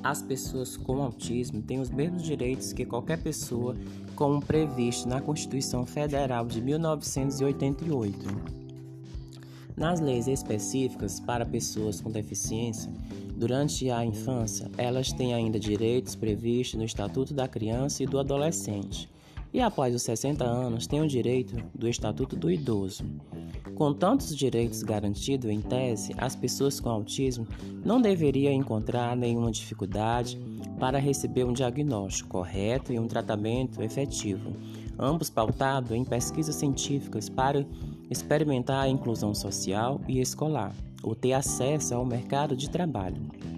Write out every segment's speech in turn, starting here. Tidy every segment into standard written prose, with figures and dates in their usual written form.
as pessoas com autismo têm os mesmos direitos que qualquer pessoa, como previsto na Constituição Federal de 1988. Nas leis específicas para pessoas com deficiência, durante a infância, elas têm ainda direitos previstos no Estatuto da Criança e do Adolescente, e após os 60 anos têm o direito do Estatuto do Idoso. Com tantos direitos garantidos em tese, as pessoas com autismo não deveriam encontrar nenhuma dificuldade para receber um diagnóstico correto e um tratamento efetivo, ambos pautados em pesquisas científicas para experimentar a inclusão social e escolar, ou ter acesso ao mercado de trabalho.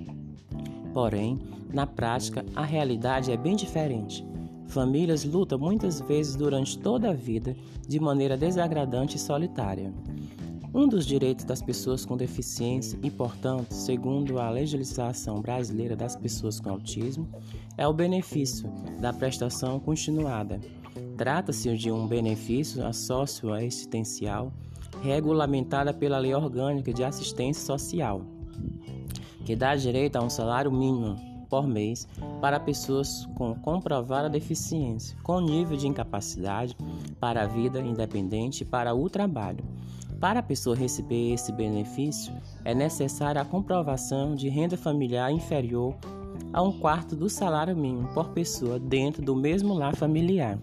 Porém, na prática, a realidade é bem diferente. Famílias lutam muitas vezes durante toda a vida de maneira desagradante e solitária. Um dos direitos das pessoas com deficiência e, portanto, segundo a legislação brasileira das pessoas com autismo, é o benefício da prestação continuada. Trata-se de um benefício socioassistencial regulamentada pela Lei Orgânica de Assistência Social, que dá direito a um salário mínimo por mês para pessoas com comprovada deficiência, com nível de incapacidade para a vida independente e para o trabalho. Para a pessoa receber esse benefício, é necessária a comprovação de renda familiar inferior a 1/4 do salário mínimo por pessoa dentro do mesmo lar familiar.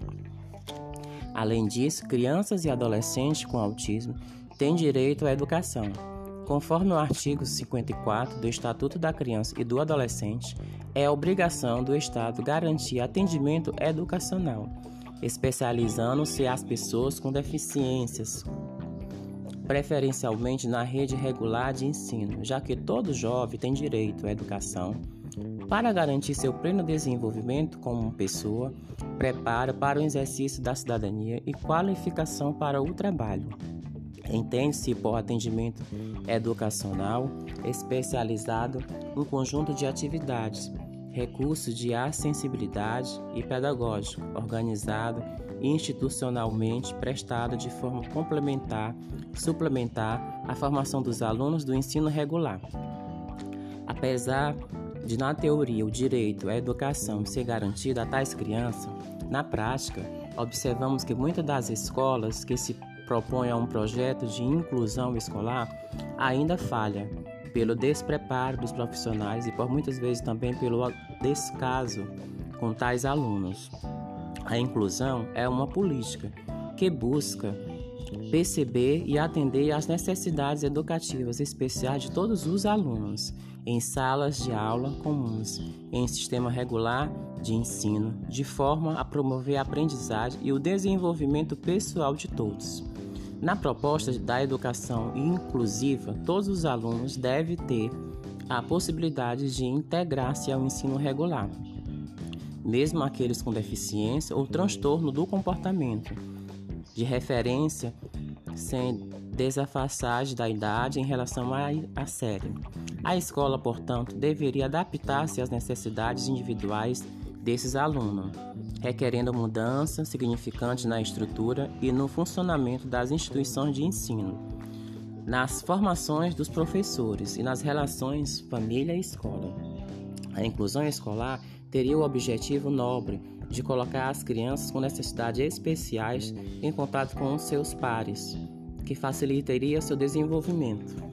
Além disso, crianças e adolescentes com autismo têm direito à educação. Conforme o artigo 54 do Estatuto da Criança e do Adolescente, é obrigação do Estado garantir atendimento educacional, especializando-se as pessoas com deficiências, preferencialmente na rede regular de ensino, já que todo jovem tem direito à educação, para garantir seu pleno desenvolvimento como pessoa, preparo para o exercício da cidadania e qualificação para o trabalho. Entende-se por atendimento educacional especializado um conjunto de atividades, recursos de acessibilidade e pedagógico, organizado institucionalmente, prestado de forma complementar, suplementar à formação dos alunos do ensino regular. Apesar de, na teoria, o direito à educação ser garantido a tais crianças, na prática, observamos que muitas das escolas que se propõem a um projeto de inclusão escolar ainda falha pelo despreparo dos profissionais e por muitas vezes também pelo descaso com tais alunos. A inclusão é uma política que busca perceber e atender às necessidades educativas especiais de todos os alunos, em salas de aula comuns, em sistema regular de ensino, de forma a promover a aprendizagem e o desenvolvimento pessoal de todos. Na proposta da educação inclusiva, todos os alunos devem ter a possibilidade de integrar-se ao ensino regular, mesmo aqueles com deficiência ou transtorno do comportamento, de referência sem desafassagem da idade em relação à série. A escola, portanto, deveria adaptar-se às necessidades individuais desses alunos, requerendo mudança significante na estrutura e no funcionamento das instituições de ensino, nas formações dos professores e nas relações família e escola. A inclusão escolar teria o objetivo nobre de colocar as crianças com necessidades especiais em contato com os seus pares, que facilitaria seu desenvolvimento.